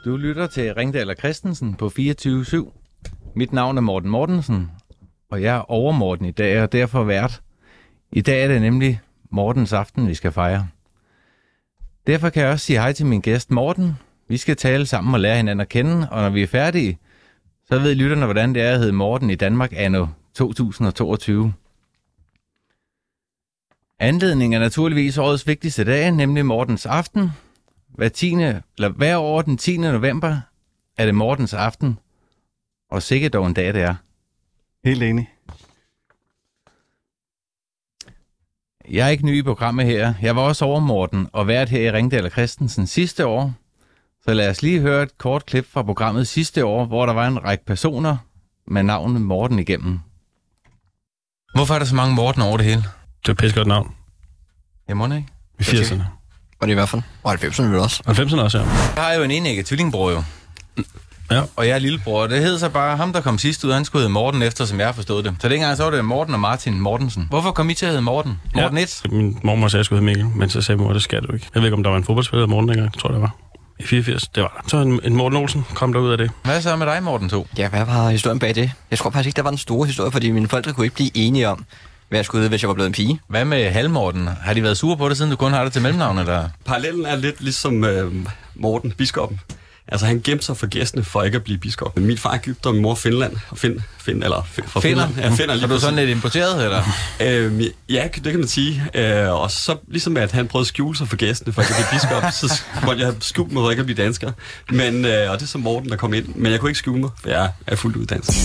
Du lytter til Ringdal og Christensen på 24/7. Mit navn er Morten Mortensen, og jeg er overmorten i dag, og derfor vært. I dag er det nemlig Mortens aften, vi skal fejre. Derfor kan jeg også sige hej til min gæst Morten. Vi skal tale sammen og lære hinanden at kende, og når vi er færdige, så ved lytterne, hvordan det er at hedde Morten i Danmark anno 2022. Anledningen er naturligvis årets vigtigste dag, nemlig Mortens aften. Hver år den 10. november er det Mortens aften, og sikkert dog en dag det er. Helt enig. Jeg er ikke ny i programmet her. Jeg var også overmorten og vært her i Ringdal og Christensen sidste år. Så lad os lige høre et kort klip fra programmet sidste år, hvor der var en række personer med navnet Morten igennem. Hvorfor er der så mange Morten over det hele? Det er et pissegodt navn. Jeg må ikke. I 80'erne. Og det i hvert fald. Og 90'erne vel også. 90'erne også, ja. Jeg har jo en enægget tvillingbror jo. Ja. Og jeg er lillebror. Det hed så bare ham, der kom sidst ud. Han skulle hedde Morten, eftersom jeg har forstået det. Så dengang så var det Morten og Martin Mortensen. Hvorfor kom I til at hedde Morten? Morten 1? Min mormor sagde, at jeg skulle hedde Mikkel, men så sagde mor, det skal du ikke. Jeg ved ikke, om der var en fodboldspiller Morten dengang. Jeg tror, det var. I 84, det var der. Så en Morten Olsen kom der ud af det. Hvad så med dig, Morten 2? Ja, hvad var historien bag det? Jeg tror faktisk ikke, der var den store historie, fordi mine forældre kunne ikke blive enige om, hvad jeg skulle hedde, hvis jeg var blevet en pige. Hvad med Halvmorten? Har de været sure på det, siden du kun har det til mellemnavnet, eller? Parallellen er lidt ligesom Morten, biskoppen. Altså, han gemte sig for gæstene for ikke at blive biskop. Min far er Egypter, og min mor er Finland. Og Finland. Ja, Finland. Er du sådan lidt importeret, eller? Ja, det kan man sige. Og så ligesom at han prøvede at skjule sig for gæstene for ikke at blive biskop, så måtte jeg skjule mig for ikke at blive dansker. Men, og det er så Morten, der kom ind. Men jeg kunne ikke skjule mig, for jeg er fuldt ud dansk.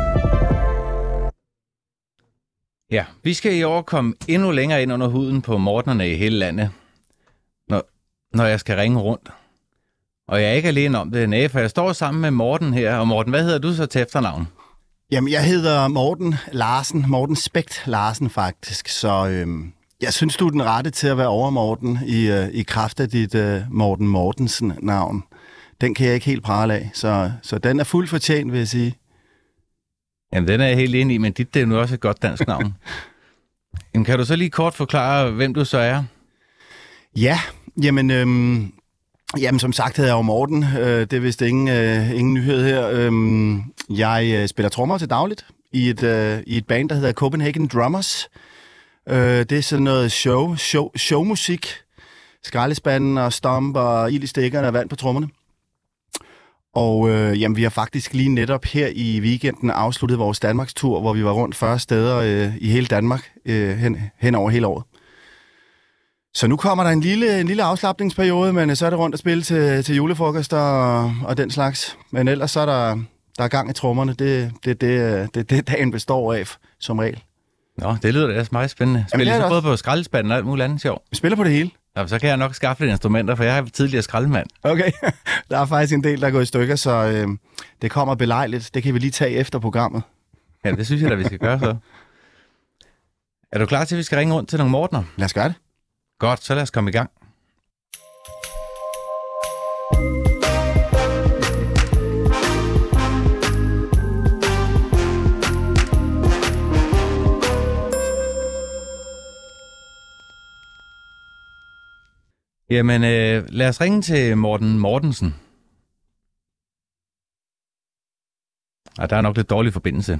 Ja, vi skal i år komme endnu længere ind under huden på mortenerne i hele landet, når jeg skal ringe rundt. Og jeg er ikke alene om det, nej, for jeg står sammen med Morten her. Og Morten, hvad hedder du så til efternavn? Jamen, jeg hedder Morten Larsen. Morten Spekt Larsen, faktisk. Så jeg synes, du er den rette til at være overmorten i kraft af dit Morten Mortensen-navn. Den kan jeg ikke helt prale af, så den er fuldt fortjent, vil jeg sige. Jamen, den er jeg helt enig i, men dit det er nu også et godt dansk navn. Jamen, kan du så lige kort forklare, hvem du så er? Ja, jamen som sagt hedder jeg jo Morten. Det er vist ingen nyhed her. Jeg spiller trommer til dagligt i et band, der hedder Copenhagen Drummers. Det er sådan noget showmusik. Skraldespanden og stomp og ild i stikkerne og vand på trommerne. Og jamen, vi har faktisk lige netop her i weekenden afsluttet vores Danmarkstur, hvor vi var rundt 40 steder i hele Danmark hen over hele året. Så nu kommer der en lille afslapningsperiode, men så er det rundt at spille til julefrokoster og den slags. Men ellers så er der gang i trommerne. Det dagen består af, som regel. Nå, det lyder da også meget spændende. Spiller I så både på skraldespanden og alt muligt andet sjov? Vi spiller på det hele. Ja, så kan jeg nok skaffe lidt instrumenter, for jeg har tidligere skraldemand. Okay, der er faktisk en del, der er gået i stykker, så det kommer belejligt. Det kan vi lige tage efter programmet. Ja, det synes jeg da, vi skal gøre så. Er du klar til, at vi skal ringe rundt til nogle Mortener? Lad os gøre det. Godt, så lad os komme i gang. Jamen, lad os ringe til Morten Mortensen. Og der er nok lidt dårlig forbindelse.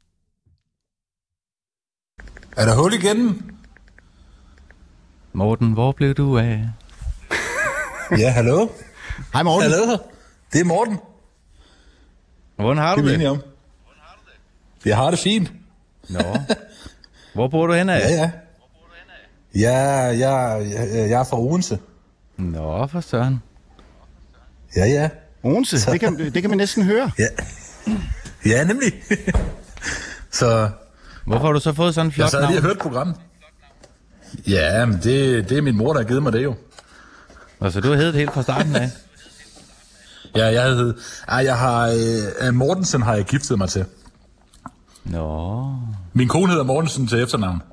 Er der hul igennem? Morten, hvor blev du af? Ja, hallo? Hej Morten. Hallo? Det er Morten. Hvordan har du det? Det er vi enige om. Jeg har det fint. Nå. Hvor bor du henne af? Ja. Jeg er fra Odense. Nå, for søren. Ja. Odense, det kan man næsten høre. Ja, nemlig. Så... Hvorfor har du så fået sådan en flot navn? Jeg sad lige og hørt programmet. Ja, men det er min mor, der har givet mig det jo. Og så du har heddet helt fra starten af? Ja, jeg har... Mortensen har jeg giftet mig til. Nå. Min kone hedder Mortensen til efternavn.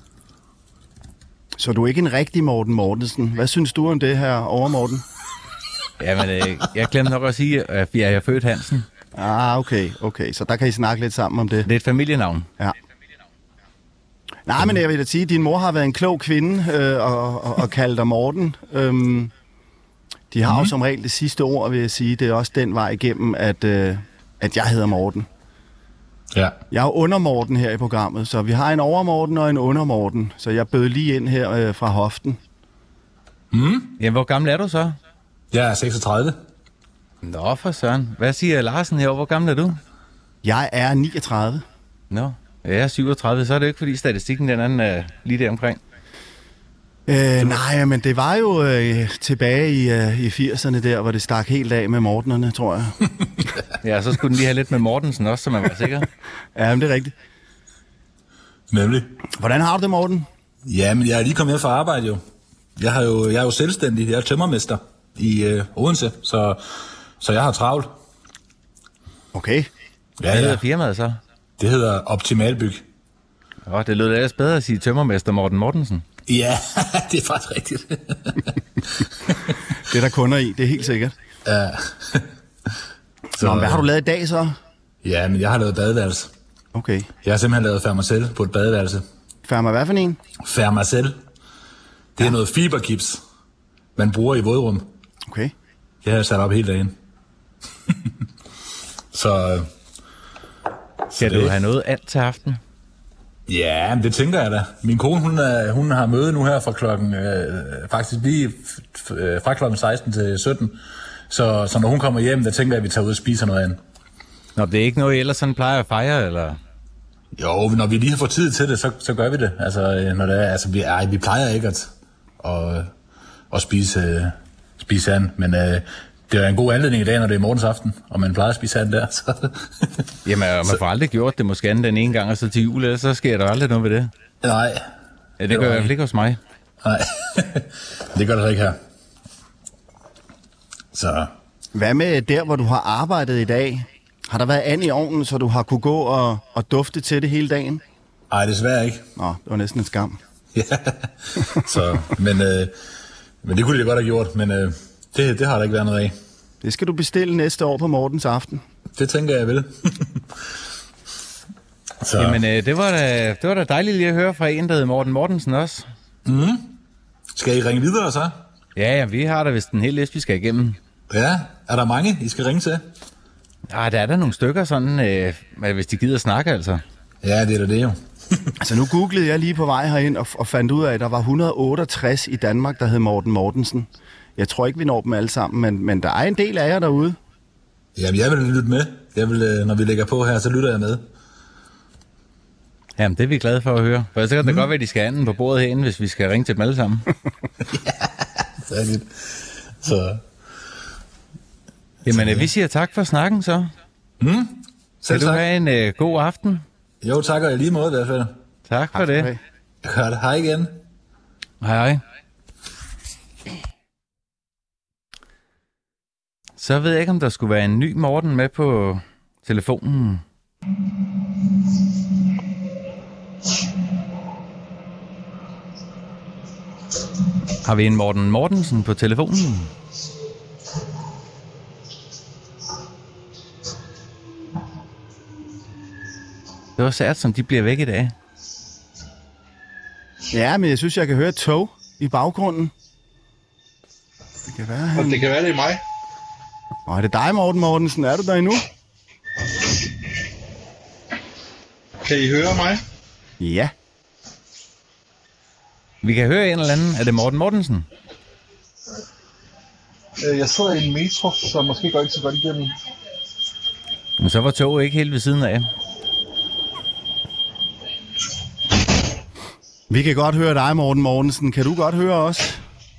Så du er ikke en rigtig Morten Mortensen. Hvad synes du om det her over, Morten? Jamen, jeg glemte nok at sige, at jeg er født Hansen. Okay. Så der kan I snakke lidt sammen om det. Det er et familienavn. Ja. Nej, men jeg vil da sige, at din mor har været en klog kvinde og kaldt dig Morten. De har jo som regel det sidste ord, vil jeg sige. Det er også den vej igennem, at jeg hedder Morten. Ja. Jeg er jo under Morten her i programmet, så vi har en over Morten og en under Morten. Så jeg bød lige ind her fra hoften. Ja, hvor gammel er du så? Jeg er 36. Nå, for søren. Hvad siger Larsen her? Hvor gammel er du? Jeg er 39. Nå, jeg er 37, så er det ikke, fordi statistikken den anden er lige der omkring. Nej, men det var jo tilbage i 80'erne der, hvor det stak helt af med Mortenerne, tror jeg. Ja, så skulle den lige have lidt med Mortensen også, så man var sikker. Ja, men det er rigtigt. Nemlig. Hvordan har du det, Morten? Ja, men jeg er lige kommet hjem fra arbejde jo. Jeg er jo selvstændig. Jeg er tømmermester i Odense, så jeg har travlt. Okay. Hvad hedder firmaet så? Det hedder Optimalbyg. Det lød ellers bedre at sige tømmermester Morten Mortensen. Ja, det er faktisk rigtigt. Det er der kunder i, det er helt sikkert. Ja. Så, hvad har du lavet i dag så? Ja, men jeg har lavet badeværelse. Okay. Jeg har simpelthen lavet Fermacell på et badeværelse. Ferma hvad for en? Fermacell. Det er noget fibergips, man bruger i vådrum. Okay. Jeg har sat op hele dagen. så Skal du have noget alt til aften? Ja, men det tænker jeg da. Min kone, hun har møde nu her fra klokken, faktisk lige fra klokken 16 til 17. Så når hun kommer hjem, der tænker jeg, at vi tager ud og spiser noget andet. Nå, det er ikke noget, I ellers sådan plejer at fejre, eller? Jo, når vi lige har fået tid til det, så gør vi det. Altså, når det er, altså vi plejer ikke at spise and, men det er en god anledning i dag, når det er morgens aften, og man plejer at spise and der. Så. Jamen, man får aldrig gjort det måske andet den ene gang, og så til jul, ellers så sker der aldrig noget ved det. Nej. Ja, det gør i hvert fald ikke hos mig. Nej, det gør det ikke her. Så. Hvad med der, hvor du har arbejdet i dag? Har der været and i ovnen, så du har kunne gå og dufte til det hele dagen? Nej, desværre ikke. Nå, det var næsten en skam. Ja, så, men det kunne de godt have gjort, men det har der ikke været noget af. Det skal du bestille næste år på Mortens aften. Det tænker jeg vel. Så. Jamen, det var da dejligt lige at høre fra en, der hedder Morten Mortensen også. Skal I ringe videre så? Ja, vi har da vist en hel liste, vi skal igennem. Ja, er der mange, I skal ringe til? Ja, der er der nogle stykker sådan, hvis de gider snakke, altså. Ja, det er da det jo. Altså nu googlede jeg lige på vej herind og fandt ud af, at der var 168 i Danmark, der hed Morten Mortensen. Jeg tror ikke, vi når dem alle sammen, men der er en del af jer derude. Jamen, jeg vil lytte med. Når vi lægger på her, så lytter jeg med. Jamen, det er vi glade for at høre. For så kan det godt være, at de skal anden på bordet herinde, hvis vi skal ringe til dem alle sammen. Ja, det er lidt. Så. Jamen, vi siger tak for snakken, så. Skal du have en god aften? Jo, tak, og i lige måde i hvert fald. Tak for det. Godt, hej igen. Hej. Så ved jeg ikke, om der skulle være en ny Morten med på telefonen. Har vi en Morten Mortensen på telefonen? Det var sært, som de bliver væk i dag. Ja, men jeg synes, jeg kan høre et tog i baggrunden. Det kan være, det kan være, det er mig. Er det dig, Morten Mortensen? Er du der endnu? Kan I høre mig? Ja. Vi kan høre en eller anden. Er det Morten Mortensen? Jeg sidder i en metro, så måske går ikke så godt igennem. Men så var toget ikke helt ved siden af. Vi kan godt høre dig, Morten Mortensen. Kan du godt høre os?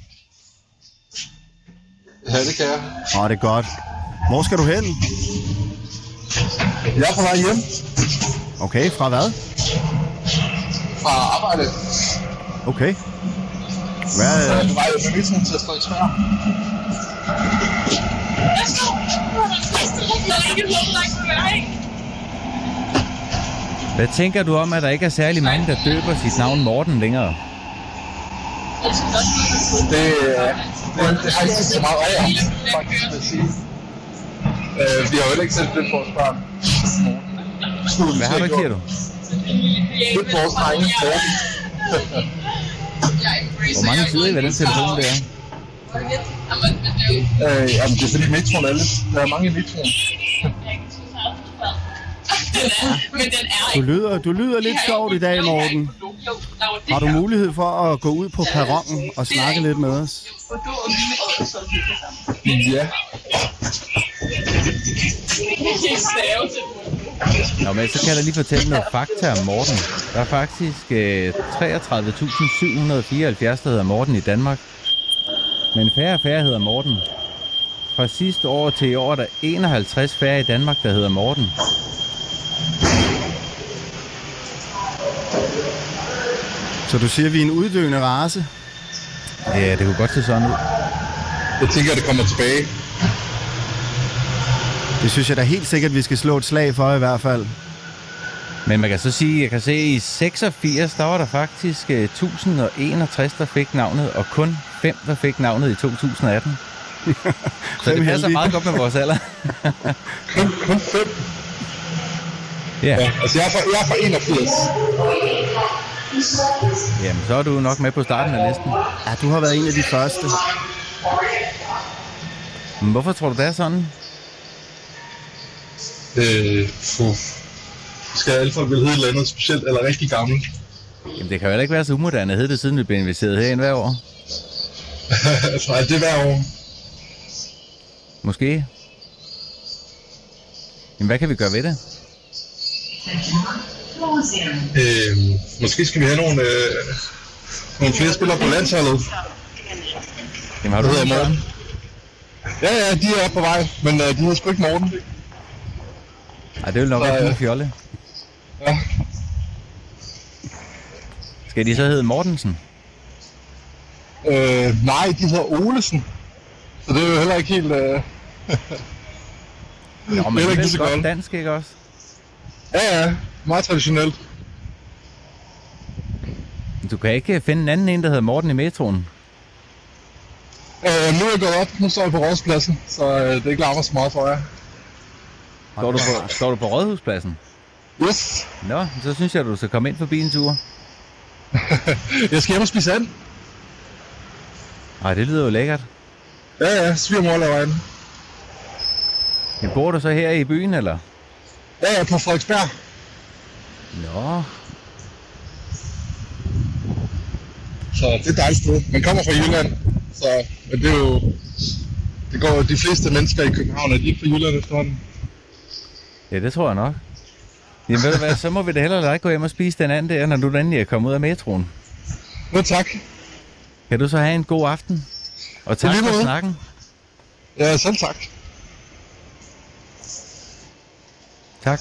Ja, det kan jeg. Det er godt. Hvor skal du hen? Jeg er på vej hjem. Okay, fra hvad? Fra arbejde. Okay. Hvad? Jeg er på vej med metroen til at stå i træer. Hvad tænker du om, at der ikke er særlig mange, der døber sit navn Morten længere? Det har ikke så meget over, faktisk vil sige. Vi har jo ikke selv det for vores børn. Hvad har du, siger du? Det er vores drenge. Hvor mange tider i hvad den telefon der er? Jamen, det er fordi metroen er lidt... Der er mange i metroen. Du lyder lidt sjovt i dag, Morten. Har du mulighed for at gå ud på perronen og snakke lidt med os? Ja. Nå, men så kan jeg da lige fortælle noget fakta om Morten. Der er faktisk 33.774, der hedder Morten i Danmark. Men færre og færre hedder Morten. Fra sidste år til i år er der 51 færre i Danmark, der hedder Morten. Så du siger, at vi er en uddøende race? Ja, det kunne godt se sådan ud. Jeg tænker, det kommer tilbage. Det synes jeg da helt sikkert, vi skal slå et slag for i hvert fald. Men man kan så sige, jeg kan se, at i 86, der var der faktisk 1061, der fik navnet, og kun 5, der fik navnet i 2018. Så det passer meget godt med vores alder. Kun 5? Ja. Altså, jeg er fra 81. Jamen, så er du nok med på starten af listen. Ja, du har været en af de første. Men hvorfor tror du, det er sådan? Skal alle folk ville hedde et eller andet specielt eller rigtig gammel? Jamen, det kan jo heller ikke være så umoderne at hedde det, siden vi blev inviteret herind hver år. Nej, det er hver år. Måske. Jamen, hvad kan vi gøre ved det? Måske skal vi have nogle flere spillere på landsholdet. Jamen, har du hedder Morten? Ja, de er på vej, men de hedder sgu ikke Morten. Ej, det vil nok være en fjolle. Ja. Skal de så hedde Mortensen? Nej, de hedder Olesen. Så det er jo heller ikke helt... Nå, men det er det ikke er godt dansk, ikke også? Ja, meget traditionelt. Du kan ikke finde en anden en, der hedder Morten i metroen? Nu er jeg gået op. Nu står jeg på Rådhuspladsen, så det ikke larmer så meget for jer. Står du på Rådhuspladsen? Yes. Nå, så synes jeg, at du skal komme ind forbi en tur. Jeg skal hjem og spise and. Ej, det lyder jo lækkert. Ja, svigermor laver and. Men bor du så her i byen, eller? Ja, på Frederiksberg. Nå. Så det er et dejligt sted. Man kommer fra Jylland, så men det er jo... Det går de fleste mennesker i København, er de ikke fra Jylland efterhånden? Ja, det tror jeg nok. Jamen ved du hvad, så må vi da hellere lade dig gå hjem og spise den anden der, når du endelig er kommet ud af metroen. Nå, tak. Kan du så have en god aften? Og tak for snakken. Ja, selv tak. Tak.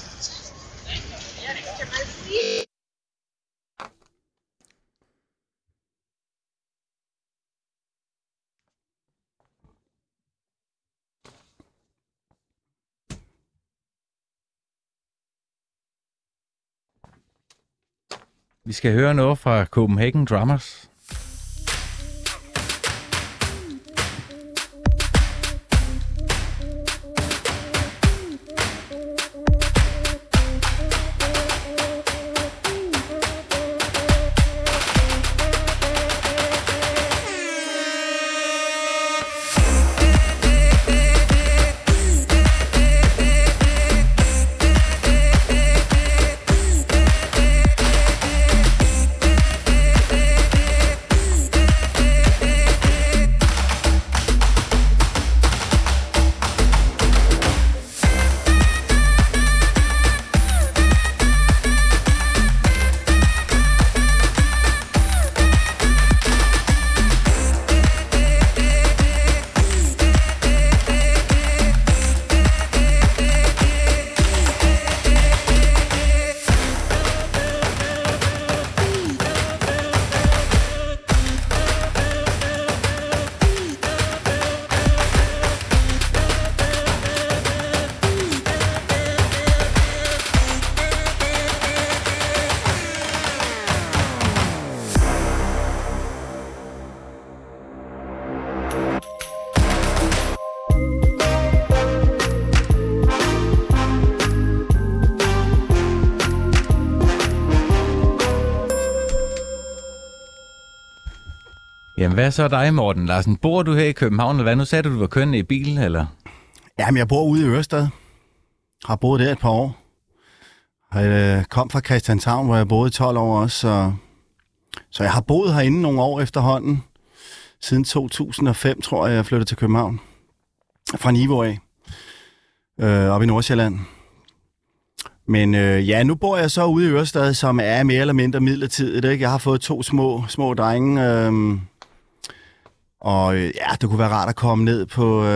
Vi skal høre noget fra Copenhagen Drummers. Jamen, hvad så dig, Morten Larsen? Bor du her i København, eller hvad? Nu sagde du var kørende i bil, eller? Jamen, jeg bor ude i Ørestad. Har boet der et par år. Jeg kom fra Christianshavn, hvor jeg boede i 12 år også, så jeg har boet herinde nogle år efterhånden. Siden 2005, tror jeg flyttede til København. Fra Niveau af. Op i Nordsjælland. Men ja, nu bor jeg så ude i Ørestad, som er mere eller mindre midlertidigt. Ikke? Jeg har fået 2 små drenge. Det kunne være rart at komme ned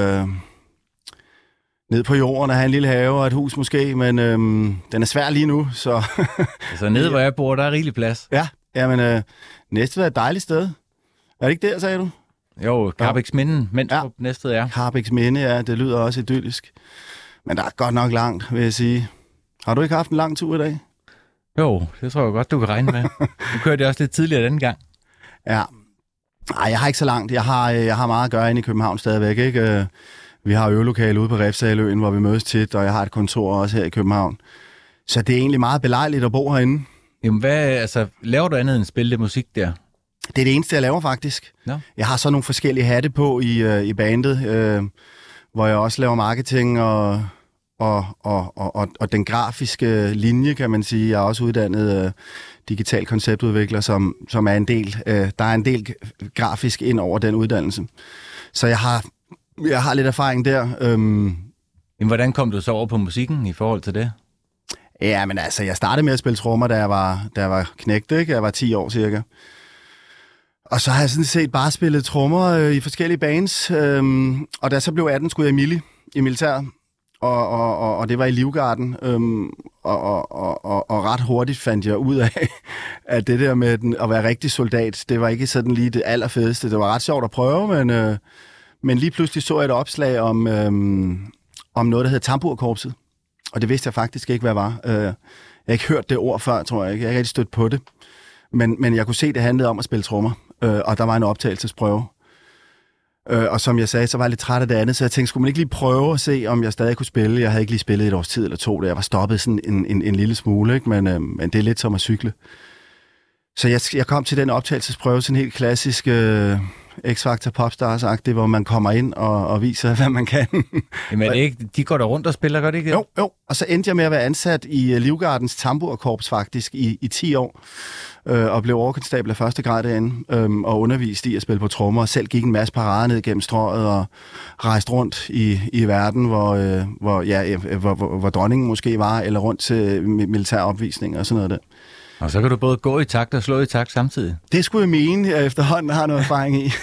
på jorden og have en lille have og et hus måske, men den er svær lige nu, så... Så nede, hvor jeg bor, der er rigelig plads. Ja, men Næstved er et dejligt sted. Er det ikke der, sagde du? Jo, Karrebæksminde, mens ja. Næstved er. Karrebæksminde, ja, det lyder også idyllisk. Men der er godt nok langt, vil jeg sige. Har du ikke haft en lang tur i dag? Jo, det tror jeg godt, du kan regne med. Du kørte det også lidt tidligere denne gang. Ja. Nej, jeg har ikke så langt. Jeg har meget at gøre inde i København stadigvæk, ikke? Vi har øvelokale ude på Refshaløen, hvor vi mødes tit, og jeg har et kontor også her i København. Så det er egentlig meget belejligt at bo herinde. Jamen, laver du andet end spille det musik der? Det er det eneste, jeg laver faktisk. Ja. Jeg har så nogle forskellige hatte på i bandet, hvor jeg også laver marketing og den grafiske linje, kan man sige. Jeg er også uddannet digital konceptudvikler, som er en del. Der er en del grafisk ind over den uddannelse. Så jeg har lidt erfaring der. Men hvordan kom du så over på musikken i forhold til det? Ja, men altså, jeg startede med at spille trommer, da jeg var knægt, ikke? Jeg var 10 år cirka. Og så har jeg sådan set bare spillet trommer i forskellige bands. Og da jeg så blev 18, skulle jeg i militæret. Og det var i Livgarden. Og ret hurtigt fandt jeg ud af, at det der med at være rigtig soldat, det var ikke sådan lige det allerfedeste. Det var ret sjovt at prøve, men lige pludselig så jeg et opslag om noget, der hedder Tamburkorpset. Og det vidste jeg faktisk ikke, hvad var. Jeg har ikke hørt det ord før, tror jeg ikke. Jeg har ikke rigtig stødt på det. Men jeg kunne se, det handlede om at spille trommer. Og der var en optagelsesprøve. Og som jeg sagde, så var jeg lidt træt af det andet, så jeg tænkte, skulle man ikke lige prøve at se, om jeg stadig kunne spille? Jeg havde ikke lige spillet et års tid eller 2, da jeg var stoppet sådan en lille smule, ikke? Men det er lidt som at cykle. Så jeg kom til den optagelsesprøve, sådan helt klassisk X-Factor Popstars-agtigt, hvor man kommer ind og viser, hvad man kan. Jamen er det ikke, de går der rundt og spiller, gør det ikke? Jo. Og så endte jeg med at være ansat i Livgardens Tamburkorps faktisk i 10 år. Og blev overkonstabel af første grad derinde, og undervist i at spille på trommer, og selv gik en masse parader ned gennem strøget og rejste rundt i verden, hvor dronningen måske var, eller rundt til militær opvisning og sådan noget der. Og så kan du både gå i takt og slå i takt samtidig. Det skulle jeg mene, jeg efterhånden har noget erfaring i.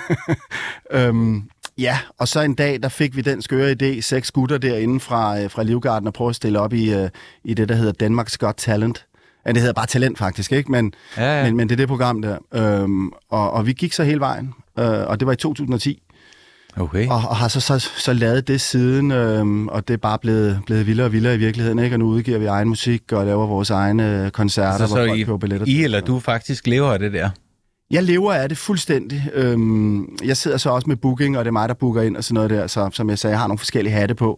Ja, og så en dag, der fik vi den skøre idé, 6 gutter derinde fra Livgarden, og prøve at stille op i det, der hedder Danmarks Got Talent. Ja, det hedder bare Talent faktisk, ikke? Men det er det program der. Og vi gik så hele vejen, og det var i 2010. Okay. Og har så lavet det siden, og det er bare blevet vildere og vildere i virkeligheden, ikke? Og nu udgiver vi egen musik og laver vores egne koncerter, hvor folk køber billetter. Eller du faktisk lever af det der? Jeg lever af det fuldstændig. Jeg sidder så også med booking, og det er mig, der booker ind og sådan noget der, så som jeg sagde, jeg har nogle forskellige hatte på.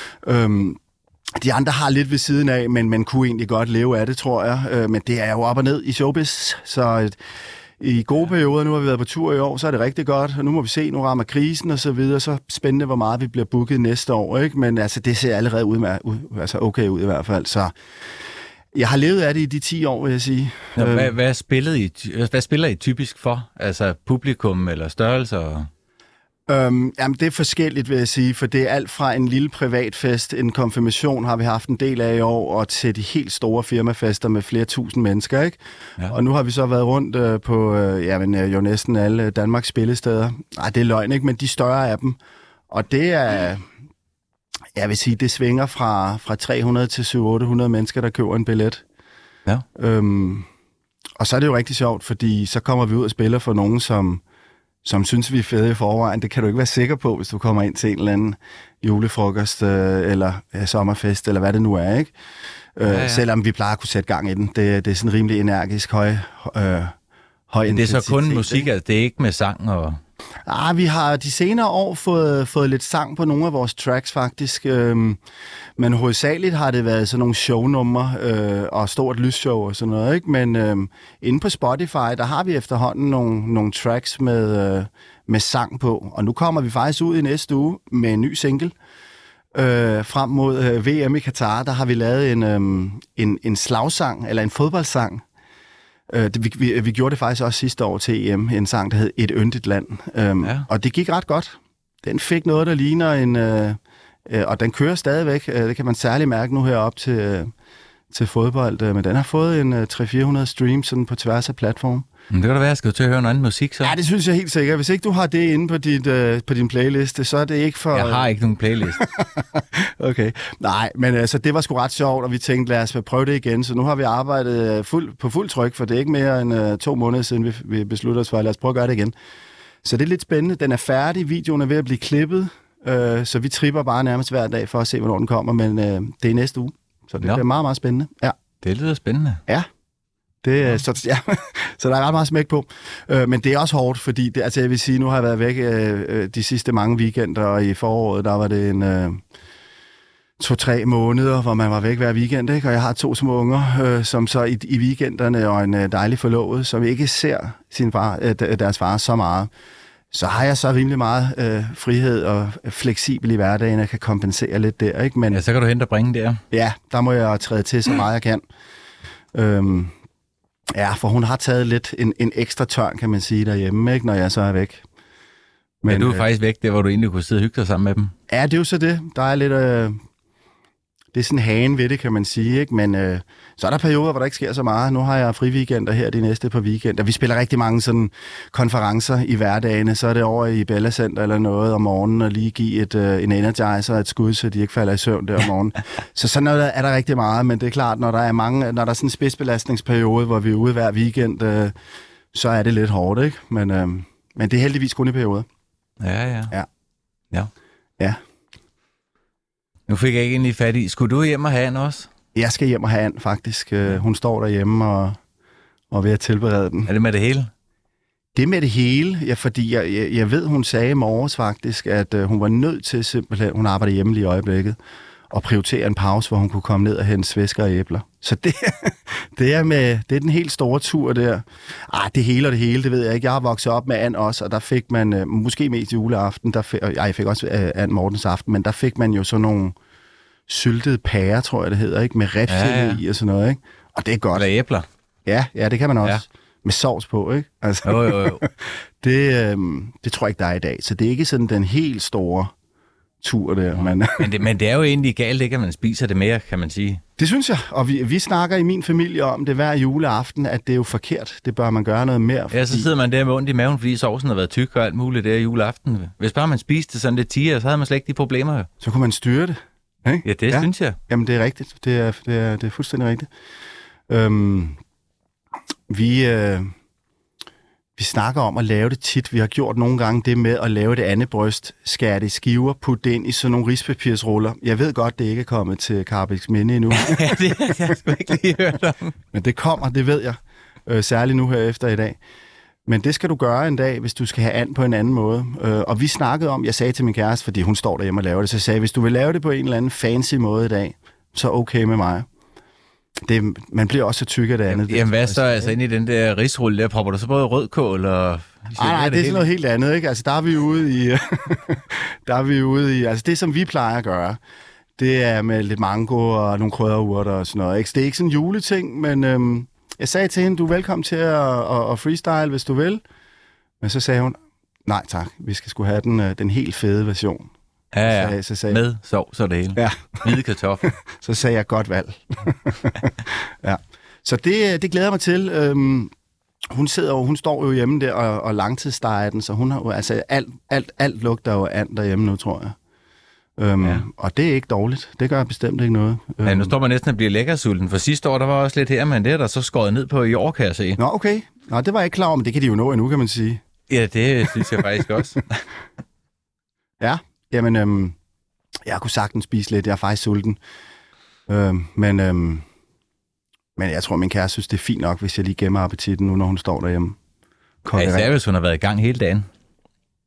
De andre har lidt ved siden af, men man kunne egentlig godt leve af det, tror jeg. Men det er jo op og ned i showbiz, så i gode perioder, nu har vi været på tur i år, så er det rigtig godt, og nu må vi se, nu rammer krisen og så videre, så spændende, hvor meget vi bliver booket næste år, ikke? Men altså, det ser allerede okay ud i hvert fald, så jeg har levet af det i de 10 år, vil jeg sige. Nå, hvad spiller I typisk for? Altså publikum eller størrelser? Jamen, det er forskelligt, vil jeg sige, for det er alt fra en lille privatfest, en konfirmation har vi haft en del af i år, og til de helt store firmafester med flere tusind mennesker, ikke? Ja. Og nu har vi så været rundt på jo næsten alle Danmarks spillesteder. Nej, det er løgn, ikke? Men de større af dem. Og det er, jeg vil sige, det svinger fra 300 til 700-800 mennesker, der køber en billet. Ja. Og så er det jo rigtig sjovt, fordi så kommer vi ud og spiller for nogen, som synes, vi er fede i forvejen. Det kan du ikke være sikker på, hvis du kommer ind til en eller anden julefrokost eller sommerfest, eller hvad det nu er, ikke? Ja. Selvom vi plejer at kunne sætte gang i den. Det er sådan rimelig energisk, høj intensitet. Det er så kun musik, altså det er ikke med sang og... Vi har de senere år fået lidt sang på nogle af vores tracks, faktisk. Men hovedsageligt har det været sådan nogle shownumre og stort lysshow og sådan noget, ikke? Men inde på Spotify, der har vi efterhånden nogle tracks med sang på. Og nu kommer vi faktisk ud i næste uge med en ny single. Frem mod VM i Katar, der har vi lavet en slagsang, eller en fodboldsang. Vi gjorde det faktisk også sidste år til EM, en sang, der hed Et yndigt land. Og det gik ret godt. Den fik noget, der ligner og den kører stadigvæk. Det kan man særligt mærke nu herop til fodbold. Men den har fået en 300-400 streams sådan på tværs af platform. Det kan da være, jeg skal til at høre noget andet musik, så. Ja, det synes jeg helt sikkert. Hvis ikke du har det inde på din playliste, så er det ikke for... Jeg har ikke nogen playlist. Okay. Nej, men altså, det var sgu ret sjovt, og vi tænkte, lad os prøve det igen. Så nu har vi arbejdet på fuld tryk, for det er ikke mere end 2 måneder siden, vi besluttede os for, lad os prøve at gøre det igen. Så det er lidt spændende. Den er færdig, videoen er ved at blive klippet, så vi tripper bare nærmest hver dag for at se, hvornår den kommer, men det er næste uge. Så det bliver meget, meget spændende. Ja. Det lyder spændende. Ja. Så der er ret meget smæk på. Men det er også hårdt, fordi jeg vil sige, nu har jeg været væk de sidste mange weekender, og i foråret, der var det en 2-3 måneder, hvor man var væk hver weekend, ikke? Og jeg har 2 små unger, som så i weekenderne, og en dejlig forlovet, som ikke ser deres far så meget. Så har jeg så rimelig meget frihed og fleksibel i hverdagen, jeg kan kompensere lidt der, ikke? Men, ja, så kan du hente og bringe der. Ja, der må jeg træde til så meget jeg kan. Ja, for hun har taget lidt en ekstra tørn, kan man sige, derhjemme, ikke, når jeg så er væk. Men du er faktisk væk der, hvor du egentlig kunne sidde og hygge dig sammen med dem. Ja, det er jo så det. Der er lidt... det er sådan hagen ved det, kan man sige, ikke? Men så er der perioder, hvor der ikke sker så meget. Nu har jeg fri weekender her de næste par weekender. Vi spiller rigtig mange sådan konferencer i hverdagene. Så er det over i Bella Center eller noget om morgenen og lige give en energizer et skud, så de ikke falder i søvn der om morgenen. Så sådan noget er der rigtig meget, men det er klart, når der er sådan en spidsbelastningsperiode, hvor vi er ude hver weekend, så er det lidt hårdt, ikke? Men det er heldigvis kun i perioder. Ja. Nu fik jeg ikke egentlig fat i. Skulle du hjem og have Anne også? Jeg skal hjem og have Anne, faktisk. Hun står derhjemme og er ved at tilberede den. Er det med det hele? Det er med det hele, ja, fordi jeg ved, hun sagde i morges faktisk, at hun var nødt til simpelthen, hun arbejder hjemme lige i øjeblikket, og prioritere en pause, hvor hun kunne komme ned og hente svæsker og æbler. Så det er den helt store tur der. Det hele og det hele, det ved jeg ikke. Jeg har vokset op med Anne også, og der fik man, måske mest juleaften, jeg fik også Anne Mortens aften, men der fik man jo sådan nogle syltede pærer, tror jeg det hedder, ikke, med rifsel i og sådan noget, ikke? Og det er godt. Eller æbler. Ja, det kan man også. Ja. Med sovs på, ikke? Altså, jo. det tror jeg ikke, der er i dag. Så det er ikke sådan den helt store tur der. Men det er jo egentlig galt, ikke, at man spiser det mere, kan man sige. Det synes jeg, og vi snakker i min familie om det hver juleaften, at det er jo forkert. Det bør man gøre noget mere. Fordi... Ja, så sidder man der med ondt i maven, fordi sovsen har været tyk og alt muligt der juleaften. Hvis bare man spiste sådan lidt tiger, så havde man slet ikke de problemer. Så kunne man styre det. Ikke? Ja, det synes jeg. Jamen, det er rigtigt. Det er fuldstændig rigtigt. Vi snakker om at lave det tit. Vi har gjort nogle gange det med at lave det andet bryst, skære det i skiver, putte det ind i sådan nogle rispapirsruller. Jeg ved godt, det ikke er kommet til Karrebæksminde endnu. Ja, det har jeg sgu ikke lige hørt om. Men det kommer, det ved jeg. Særligt nu her efter i dag. Men det skal du gøre en dag, hvis du skal have and på en anden måde. Og vi snakkede om, jeg sagde til min kæreste, fordi hun står derhjemme og laver det, så sagde jeg, hvis du vil lave det på en eller anden fancy måde i dag, så okay med mig. Man bliver også så tyk af det andet. Jamen hvad så, altså inde i den der risrulle der, popper du så både rødkål og... Nej, det er sådan noget helt andet, ikke? Altså der er vi ude i, altså det som vi plejer at gøre, det er med lidt mango og nogle krydderurter og sådan noget, ikke? Så det er ikke sådan en juleting, men jeg sagde til hende, du er velkommen til at freestyle, hvis du vil. Men så sagde hun, nej tak, vi skal sgu have den helt fede version. Ja, så sagde med sovs og det hele. Ja. Hvide kartofler. Så sagde jeg godt valg. Ja. Så det glæder mig til. Hun står jo hjemme der og langtidssteger den, så hun har altså alt lugter jo and derhjemme nu, tror jeg. Og det er ikke dårligt. Det gør bestemt ikke noget. Ja, nu står man næsten og bliver lækkersulten, for sidste år der var også lidt her, men det er der så skåret ned på i år, kan jeg se. Nå, okay. Nå, det var jeg ikke klar over, men det kan de jo nå endnu, kan man sige. Ja, det synes jeg faktisk også. Ja, jamen, jeg kunne sagtens spise lidt. Jeg er faktisk sulten. Men jeg tror, min kæreste synes, det er fint nok, hvis jeg lige gemmer appetitten nu, når hun står derhjemme. Ja, især hvis hun har været i gang hele dagen.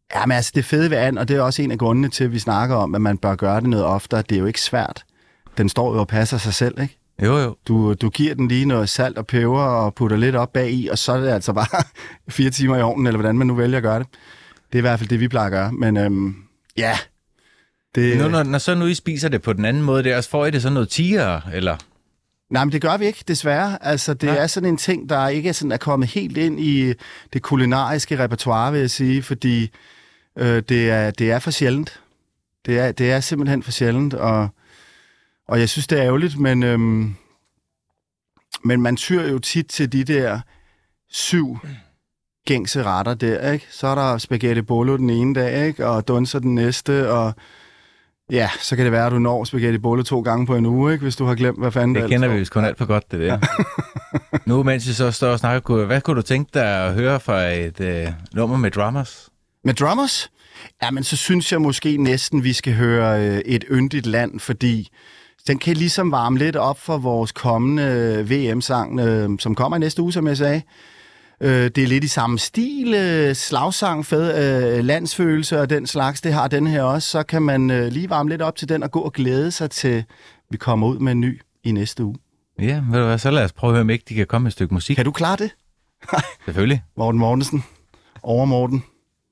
Ja, men altså det fede ved and, og det er også en af grundene til, at vi snakker om, at man bør gøre det noget oftere. Det er jo ikke svært. Den står jo og passer sig selv, ikke? Jo. Du giver den lige noget salt og peber og putter lidt op bag i, og så er det altså bare 4 timer i ovnen, eller hvordan man nu vælger at gøre det. Det er i hvert fald det, vi plejer at gøre. Men ja... Når så nu I spiser det på den anden måde, det også får I det så noget tiger, eller? Nej, men det gør vi ikke, desværre. Altså, det er sådan en ting, der ikke er kommet helt ind i det kulinariske repertoire, vil jeg sige, fordi det er for sjældent. Det er simpelthen for sjældent, og jeg synes, det er ærgerligt, men man tyr jo tit til de der 7 gængse retter der, ikke? Så er der spaghetti bolo den ene dag, ikke? Og dunser den næste, og ja, så kan det være, at du når spaghetti bolo 2 gange på en uge, ikke? Hvis du har glemt, hvad fanden det kender vi vist kun alt for godt, det der. Nu, mens vi så står og snakker, hvad kunne du tænke dig at høre fra et nummer med Drummers? Med Drummers? Jamen, så synes jeg måske næsten, vi skal høre Et yndigt land, fordi den kan ligesom varme lidt op for vores kommende VM-sang, som kommer i næste uge, som jeg sagde. Det er lidt i samme stil, slagsang, fed landsfølelse og den slags, det har den her også. Så kan man lige varme lidt op til den og gå og glæde sig til, vi kommer ud med en ny i næste uge. Ja, ved du hvad, så lad os prøve at høre, om ikke de kan komme med et stykke musik. Kan du klare det? Selvfølgelig. Morten Mortensen. Over Morten.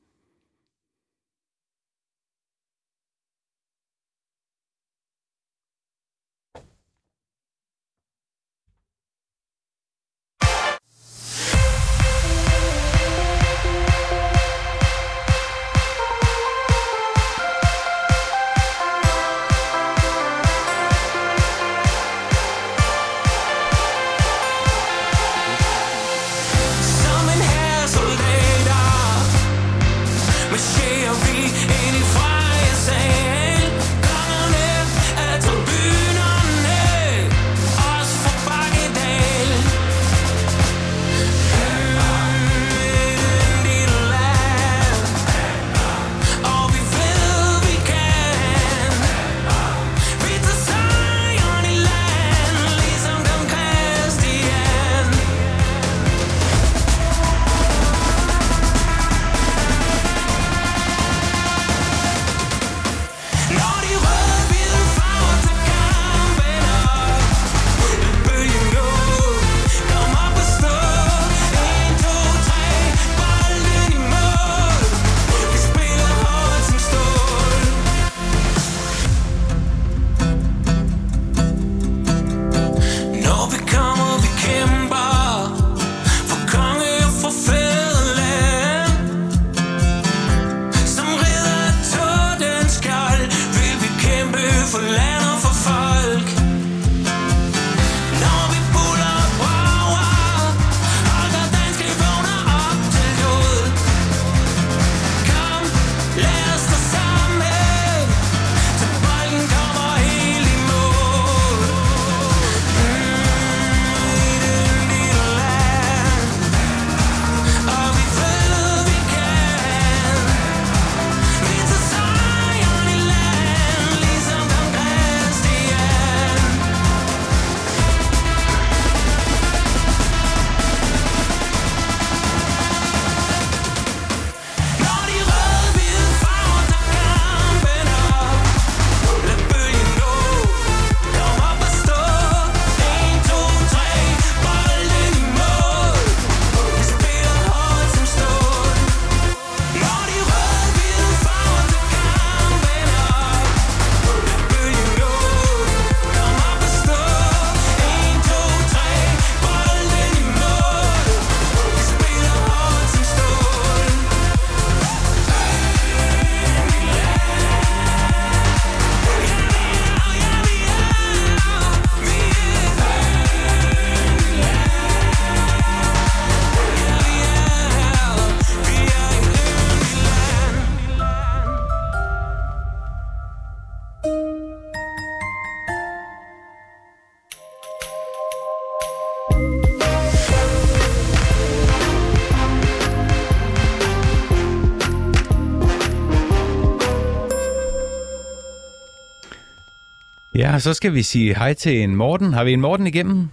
Ja, så skal vi sige hej til en Morten. Har vi en Morten igennem?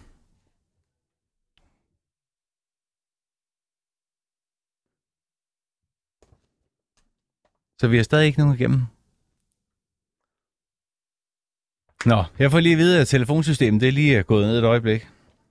Så vi har stadig ikke nogen igennem. Nå, jeg får lige at vide, at telefonsystemet det er lige gået ned et øjeblik.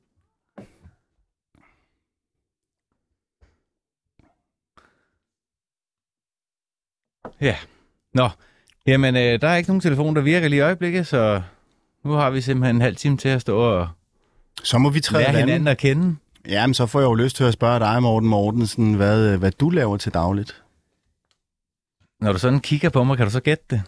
Ja. Nå, jamen der er ikke nogen telefon, der virker lige i øjeblikket, så nu har vi simpelthen en halv time til at stå og Så må vi træde lære hinanden at kende. Jamen, så får jeg jo lyst til at spørge dig, Morten Mortensen, hvad du laver til dagligt. Når du sådan kigger på mig, kan du så gætte det?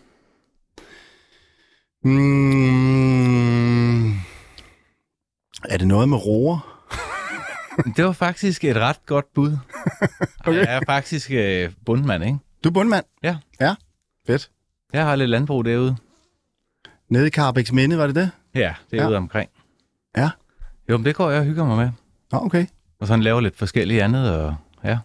Er det noget med roer? Det var faktisk et ret godt bud. Okay. Jeg er faktisk bundmand, ikke? Du er bundmand? Ja. Ja, fedt. Jeg har lidt landbrug derude. Nede i Karrebæks Minde, var det det? Ja, det er ude omkring. Ja. Jo, men det går jeg og hygger mig med. Nå, okay. Og sådan laver lidt forskelligt andet, og ja.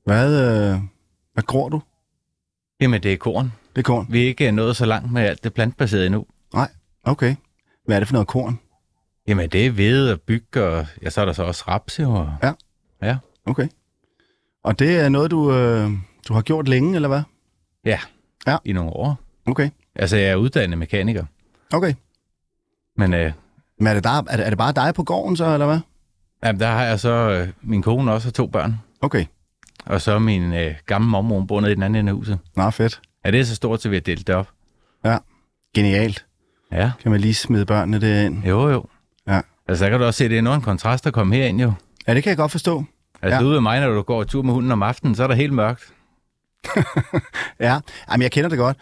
Hvad gror du? Jamen, det er korn. Det er korn? Vi er ikke nået så langt med alt det plantbaserede endnu. Nej, okay. Hvad er det for noget korn? Jamen, det er hvede og byg, og ja, så er der så også raps, jo. Og... Ja. Ja. Okay. Og det er noget, du har gjort længe, eller hvad? Ja. Ja. I nogle år. Okay. Altså, jeg er uddannet mekaniker. Okay. Men Men er det bare dig på gården så, eller hvad? jamen, der har jeg så min kone også og 2 børn. Okay. Og så min gamle mormor bor nede i den anden ende af huset. Nå, fedt. Ja, det er så stort, så vi har delt det op. Ja. Genialt. Ja. Kan man lige smide børnene derind? Jo. Ja. Altså, der kan du også se, at det er noget en kontrast at komme herind, jo. Ja, det kan jeg godt forstå. Altså, ude ved mig, når du går tur med hunden om aftenen, så er der helt mørkt. Ja, jamen, jeg kender det godt.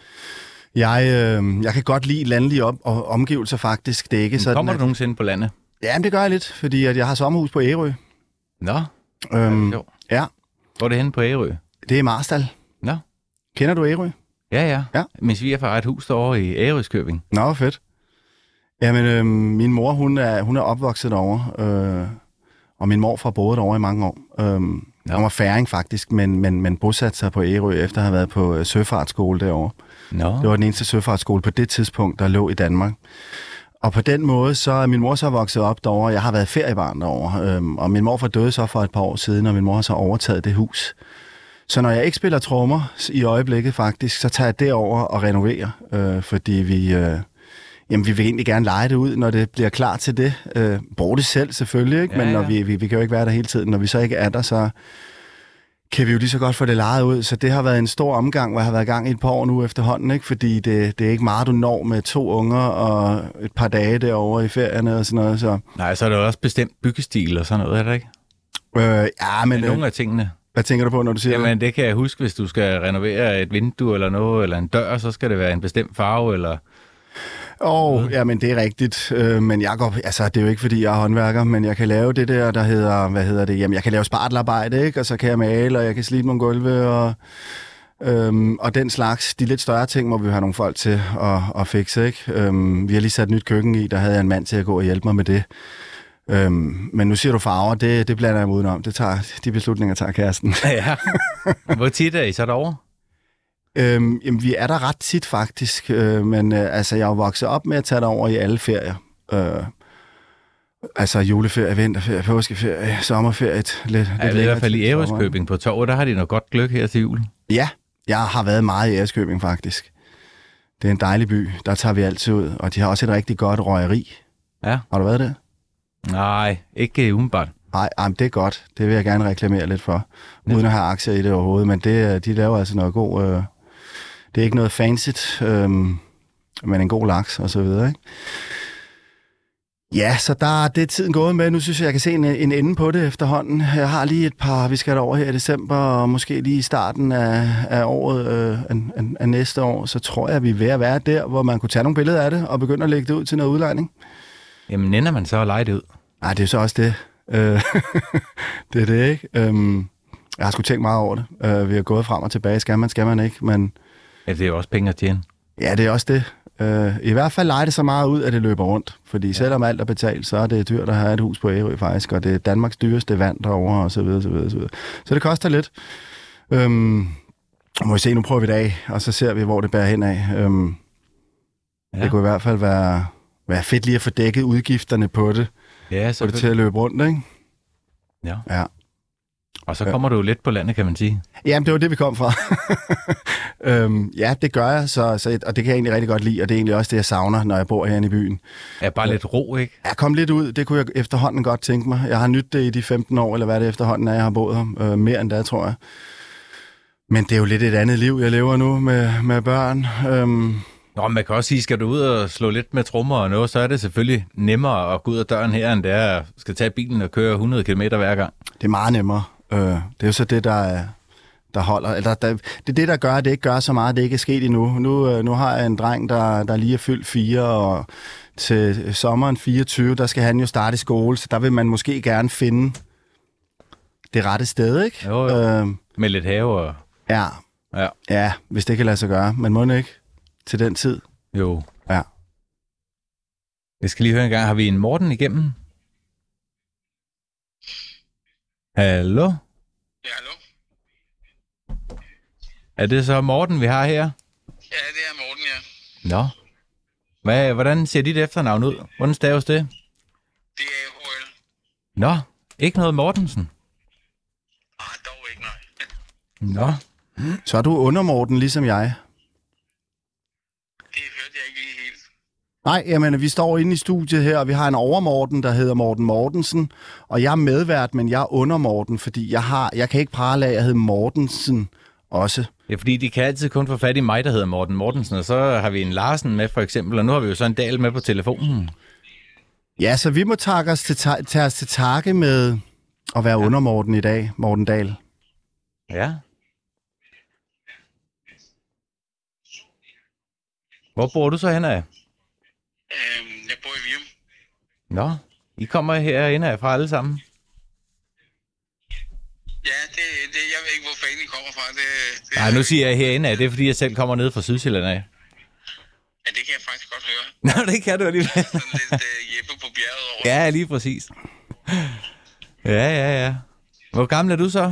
Jeg kan godt lide landlige omgivelser, faktisk. Det er ikke sådan, Kommer du nogensinde på landet? Jamen, det gør jeg lidt, fordi at jeg har sommerhus på Ærø. Nå, jo. Ja, Hvor er det henne på Ærø? det er Marstal. Nå. Kender du Ærø? Ja. Ja. Min svigerfar har et hus derovre i Ærøskøbing. Nå, fedt. Jamen, min mor, hun er opvokset derovre, og min morfar boede derovre i mange år. Hun var færing faktisk, men bosatte sig på Ærø, efter at have været på søfartsskole derovre. Nå. Det var den eneste søfartsskole på det tidspunkt, der lå i Danmark. Og på den måde, så er min mor så vokset op derovre. Jeg har været feriebarn derovre, og min morfar døde så for et par år siden, og min mor har så overtaget det hus. Så når jeg ikke spiller trommer i øjeblikket faktisk, så tager jeg det over og renoverer, fordi vi vil egentlig gerne lege det ud, når det bliver klar til det. Bruge det selv selvfølgelig, ikke? Men når vi kan jo ikke være der hele tiden. Når vi så ikke er der, så kan vi jo lige så godt få det lejet ud. Så det har været en stor omgang, hvor jeg har været i gang i et par år nu efterhånden, ikke? Fordi det er ikke meget, du når med 2 unger og et par dage derovre i ferierne og sådan noget. Så. Nej, så er der jo også bestemt byggestil og sådan noget, er det ikke? Ja, men... Nogle af tingene. Hvad tænker du på, når du siger Jamen, det kan jeg huske, hvis du skal renovere et vindue eller noget, eller en dør, så skal det være en bestemt farve, eller... Jamen det er rigtigt, men Jacob, altså det er jo ikke fordi jeg er håndværker, men jeg kan lave det der hedder, jamen jeg kan lave spartelarbejde, ikke? Og så kan jeg male, og jeg kan slibe nogle gulve, og den slags. De lidt større ting må vi have nogle folk til at fikse, ikke? Vi har lige sat et nyt køkken i, der havde jeg en mand til at gå og hjælpe mig med det. Men nu siger du farver, det blander jeg mig udenom. De beslutninger tager kæresten. Ja. Hvor tit er I så derovre? Jamen, vi er der ret tit faktisk, men altså, jeg er jo vokset op med at tage derover i alle ferier. Altså juleferie, vinterferie, påskeferie, sommerferie. Lidt I hvert fald i Ærøskøbing på Torvet, der har de noget godt gløgg her til jul. Ja, jeg har været meget i Ærøskøbing faktisk. Det er en dejlig by, der tager vi altid ud, og de har også et rigtig godt røgeri. Ja. Har du været der? Nej, ikke umiddelbart. Nej, det er godt. Det vil jeg gerne reklamere lidt for, uden at have aktier i det overhovedet, men de laver altså noget god... Det er ikke noget fancyt, men en god laks og så videre, ikke? Ja, så det er tiden gået med. Nu synes jeg kan se en ende på det efterhånden. Jeg har lige et par, vi skal over her i december, og måske lige i starten af året, af næste år, så tror jeg, vi er ved at være der, hvor man kunne tage nogle billeder af det, og begynde at lægge det ud til noget udlejning. Jamen, ender man så at lege det ud? Nej, det er så også det. Det er det, ikke? Jeg har sgu tænkt meget over det. Vi har gået frem og tilbage. Skal man ikke, men... Ja, det er jo også penge at tjene. Ja, det er også det. I hvert fald leger det så meget ud, at det løber rundt. Fordi selvom alt er betalt, så er det dyrt at have et hus på Ærø faktisk, og det er Danmarks dyreste vand derovre, og så videre, så videre, så videre. Så det koster lidt. Må vi se, nu prøver vi det af, og så ser vi, hvor det bærer hen af. Det kunne i hvert fald være fedt lige at få dækket udgifterne på det. Ja, så det til at løbe rundt, ikke? Ja. Og så kommer du jo lidt på landet, kan man sige. Jamen, det var det, vi kom fra. Ja, det gør jeg, og det kan jeg egentlig rigtig godt lide, og det er egentlig også det, jeg savner, når jeg bor herinde i byen. Ja, bare lidt ro, ikke? Ja, kom lidt ud, det kunne jeg efterhånden godt tænke mig. Jeg har nydt det i de 15 år, eller hvad det efterhånden er, jeg har boet her. Mere end det, tror jeg. Men det er jo lidt et andet liv, jeg lever nu med børn. Nå, man kan også sige, skal du ud og slå lidt med trommer og noget, så er det selvfølgelig nemmere at gå ud af døren her, end det er at skal tage bilen og køre 100 km hver gang. Det er meget nemmere. Det er jo så det, der holder. Eller det er det, der gør, at det ikke gør så meget, det ikke er sket endnu. Nu har jeg en dreng, der lige er fyldt 4, og til sommeren 24, der skal han jo starte i skole, så der vil man måske gerne finde det rette sted, ikke? Jo. Med lidt have og... Ja, hvis det kan lade sig gøre. Men må ikke til den tid. Jo. Ja. Jeg skal lige høre en gang, har vi en Morten igennem? Hallo? Ja, hallo? Er det så Morten, vi har her? Ja, det er Morten, ja. Nå. Hvordan ser dit efternavn ud? Hvordan staves det? Det er HL. Nå, ikke noget Mortensen? Dog ikke, nej. Nå. Så er du under Morten, ligesom jeg. Det hørte jeg ikke lige helt. Nej, jamen, vi står inde i studiet her, og vi har en overmorten, der hedder Morten Mortensen, og jeg er medvært, men jeg er under Morten, fordi jeg kan ikke prale af, at jeg hedder Mortensen også. Ja, fordi de kan altid kun få fat i mig, der hedder Morten Mortensen, og så har vi en Larsen med, for eksempel, og nu har vi jo så en Dahl med på telefonen. Ja, så vi må tage os til takke med at være under Morten i dag, Morten Dahl. Ja. Hvor bor du så henne af? Jeg bor i Virum. Nå, I kommer herinde af fra alle sammen? Ja, jeg ved ikke, hvor fanden I kommer fra. Nej, nu siger jeg herinde af. Det er, fordi jeg selv kommer ned fra Sydsjælland af. Ja, det kan jeg faktisk godt høre. Nå, det kan du alligevel. Sådan lidt Jeppe på bjerget over. Ja, lige præcis. Ja. Hvor gammel er du så?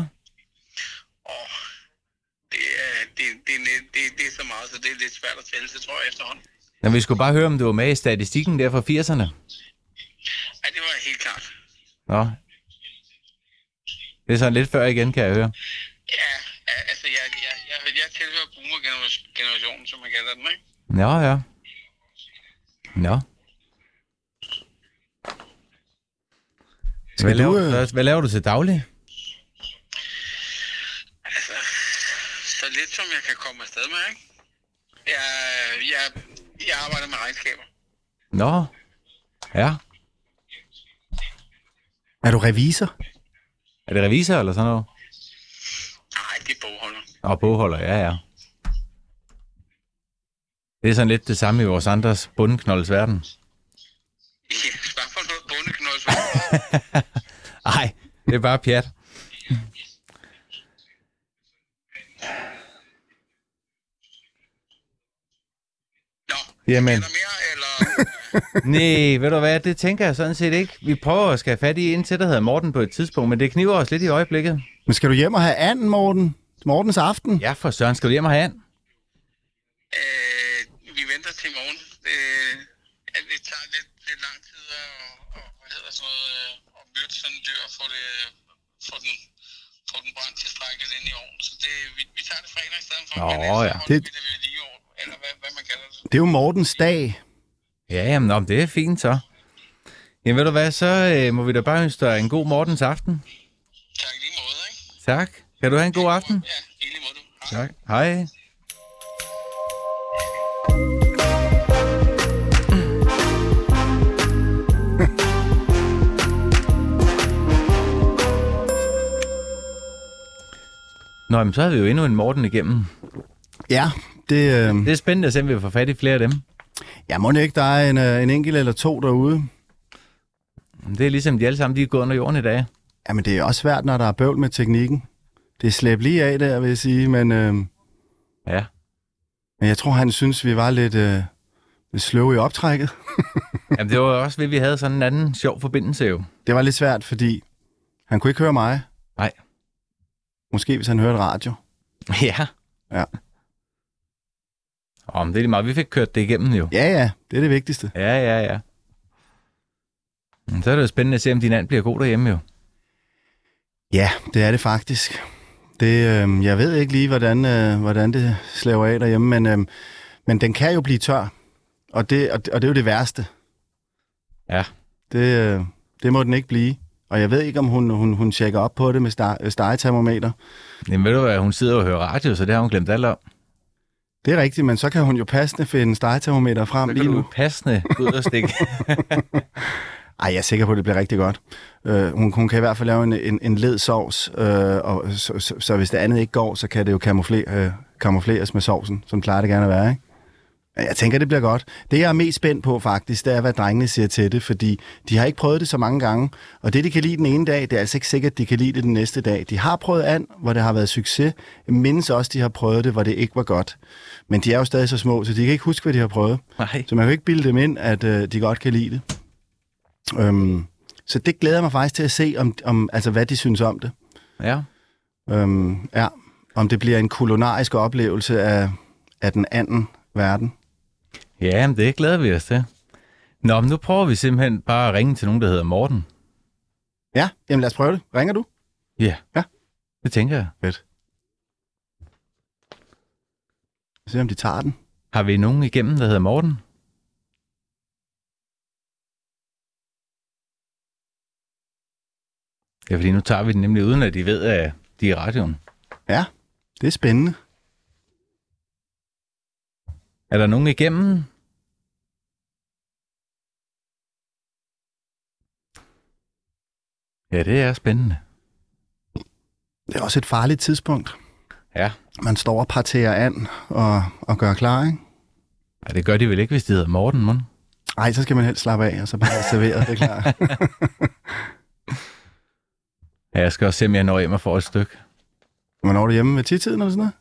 Det er så meget, så det er lidt svært at tælle, så tror jeg efterhånden. Nå, vi skulle bare høre, om du var med i statistikken der fra 80'erne. Ja, det var helt klart. Nå. Det er sådan lidt før igen, kan jeg høre. Ja, altså jeg tilhører boomer-generationen, som man kalder den, ikke? Ja. Nå. Hvad laver du til daglig? Altså, så lidt som jeg kan komme afsted med, ikke? Jeg arbejder med regnskaber. Nå. Ja. Er du revisor? Er det revisor eller sådan noget? Nej, det er bogholder. Nå, bogholder, ja. Det er sådan lidt det samme i vores andres bundeknolds verden. Ja, hvad for noget bundeknolds verden? Ej, det er bare pjat. Nå, jamen. Er der mere, eller? Nej, ved du hvad, det tænker jeg sådan set ikke. Vi prøver at skal fat i en til, der hedder Morten på et tidspunkt, men det kniver os lidt i øjeblikket. Men skal du hjem og have anden, Morten? Mortens aften? Ja, for søren, skal du hjem og have and? Vi venter til i morgen. Det tager lidt lang tid at myrde sådan en dyr og få den brændt tilstrækkeligt ind i ovnen. Så vi tager det fredag i stedet for. Ja. Eller hvad man kalder det. Det er jo Mortens dag. Ja, jamen, det er fint så. Jamen ved du hvad, så må vi da bare ønske dig en god Mortens aften. Tak lige måde, ikke? Tak. Kan du have en god aften? Ja, lige måde du. Tak. Hej. Nå, men så har vi jo endnu en Morten igennem. Ja, det er spændende at se, om vi får fat i flere af dem. Ja, må ikke, der er en enkelt eller to derude. Det er ligesom de alle sammen, de er gået under jorden i dag. Jamen, det er også svært, når der er bøvl med teknikken. Det er slæbt lige af der, vil jeg sige, men... Ja. Men jeg tror, han synes, vi var lidt slow i optrækket. Jamen, det var også ved, vi havde sådan en anden sjov forbindelse jo. Det var lidt svært, fordi han kunne ikke høre mig. Nej. Måske hvis han hørte radio. Ja. Ja. Men det er lige meget. Vi fik kørt det igennem jo. Ja, det er det vigtigste. Ja. Så er det jo spændende at se, om din and bliver god derhjemme jo. Ja, det er det faktisk. Jeg ved ikke lige, hvordan det slæver af derhjemme, men den kan jo blive tør. Og det er jo det værste. Ja. Det må den ikke blive. Og jeg ved ikke, om hun tjekker op på det med stegetermometer. Jamen ved du hvad, hun sidder og hører radio, så det har hun glemt alt om. Det er rigtigt, men så kan hun jo passende finde stegetermometer frem lige nu. Passende ud og stikke. Ej, jeg er sikker på, at det bliver rigtig godt. Hun kan i hvert fald lave en led sovs, og så hvis det andet ikke går, så kan det jo kamufleres med sovsen, som plejer det gerne at være, ikke? Jeg tænker, det bliver godt. Det, jeg er mest spændt på faktisk, det er, hvad drengene siger til det, fordi de har ikke prøvet det så mange gange. Og det, de kan lide den ene dag, det er altså ikke sikkert, at de kan lide det den næste dag. De har prøvet and, hvor det har været succes. Jeg mindes også, de har prøvet det, hvor det ikke var godt. Men de er jo stadig så små, så de kan ikke huske, hvad de har prøvet. Nej. Så man kan jo ikke bilde dem ind, at de godt kan lide det. Så det glæder mig faktisk til at se, altså, hvad de synes om det. Ja. Om det bliver en kulinarisk oplevelse af den anden verden. Ja, men det glæder vi os til. Nå, men nu prøver vi simpelthen bare at ringe til nogen, der hedder Morten. Ja, jamen lad os prøve det. Ringer du? Ja. Ja. Det tænker jeg. Fedt. Se om de tager den. Har vi nogen igennem, der hedder Morten? Ja, fordi nu tager vi den nemlig uden, at de ved, at de er i radioen. Ja, det er spændende. Er der nogen igennem? Ja, det er spændende. Det er også et farligt tidspunkt. Ja. Man står og parterer an og gør klar, ikke? Ja, det gør de vel ikke, hvis de hedder Morten, mon? Ej, så skal man helst slappe af, og så bare servere, det er klart. Ja, jeg skal også se, om jeg når hjem og får et stykke. Hvornår er du hjemme med tidtiden eller sådan noget?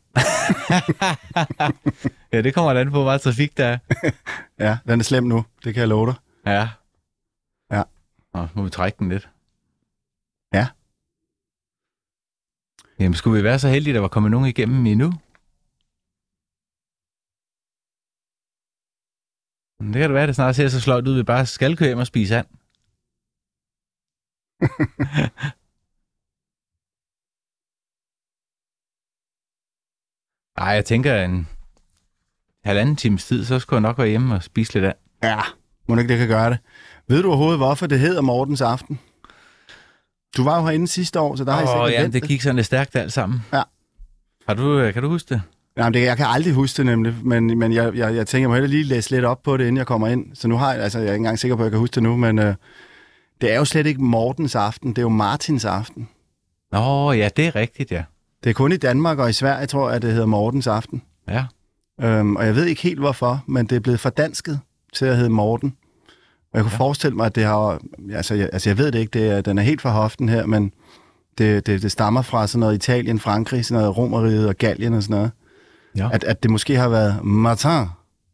Ja, det kommer an på, hvor meget trafik der er. Ja, den er slem nu. Det kan jeg love dig. Ja. Ja. Nå, må vi trække den lidt. Ja. Jamen, skulle vi være så heldige, der var kommet nogen igennem endnu? Det kan det være, det snart ser så sløjt ud, vi bare skal køre hjem og spise and. Ej, jeg tænker en halvanden times tid, så skulle jeg nok være hjemme og spise lidt af. Ja, må ikke det kan gøre det. Ved du overhovedet, hvorfor det hedder Mortens Aften? Du var jo herinde sidste år, så der har I sikkert ja, det gik sådan lidt stærkt alt sammen. Ja. Kan du huske det? Jamen, jeg kan aldrig huske det nemlig, men jeg tænker, jeg må hellere lige læse lidt op på det, inden jeg kommer ind. Så nu har jeg, altså jeg er ikke engang sikker på, at jeg kan huske det nu, men det er jo slet ikke Mortens Aften, det er jo Martins Aften. Nå, ja, det er rigtigt, ja. Det er kun i Danmark og i Sverige, tror jeg, at det hedder Mortens Aften. Ja. Og jeg ved ikke helt hvorfor, men det er blevet fordansket til at hedde Morten. Og jeg kunne forestille mig, at det har... jeg ved det ikke, den er helt fra hoften her, men det stammer fra sådan noget Italien, Frankrig, sådan noget Romeriet og Gallien og sådan noget. Ja. At det måske har været Martin.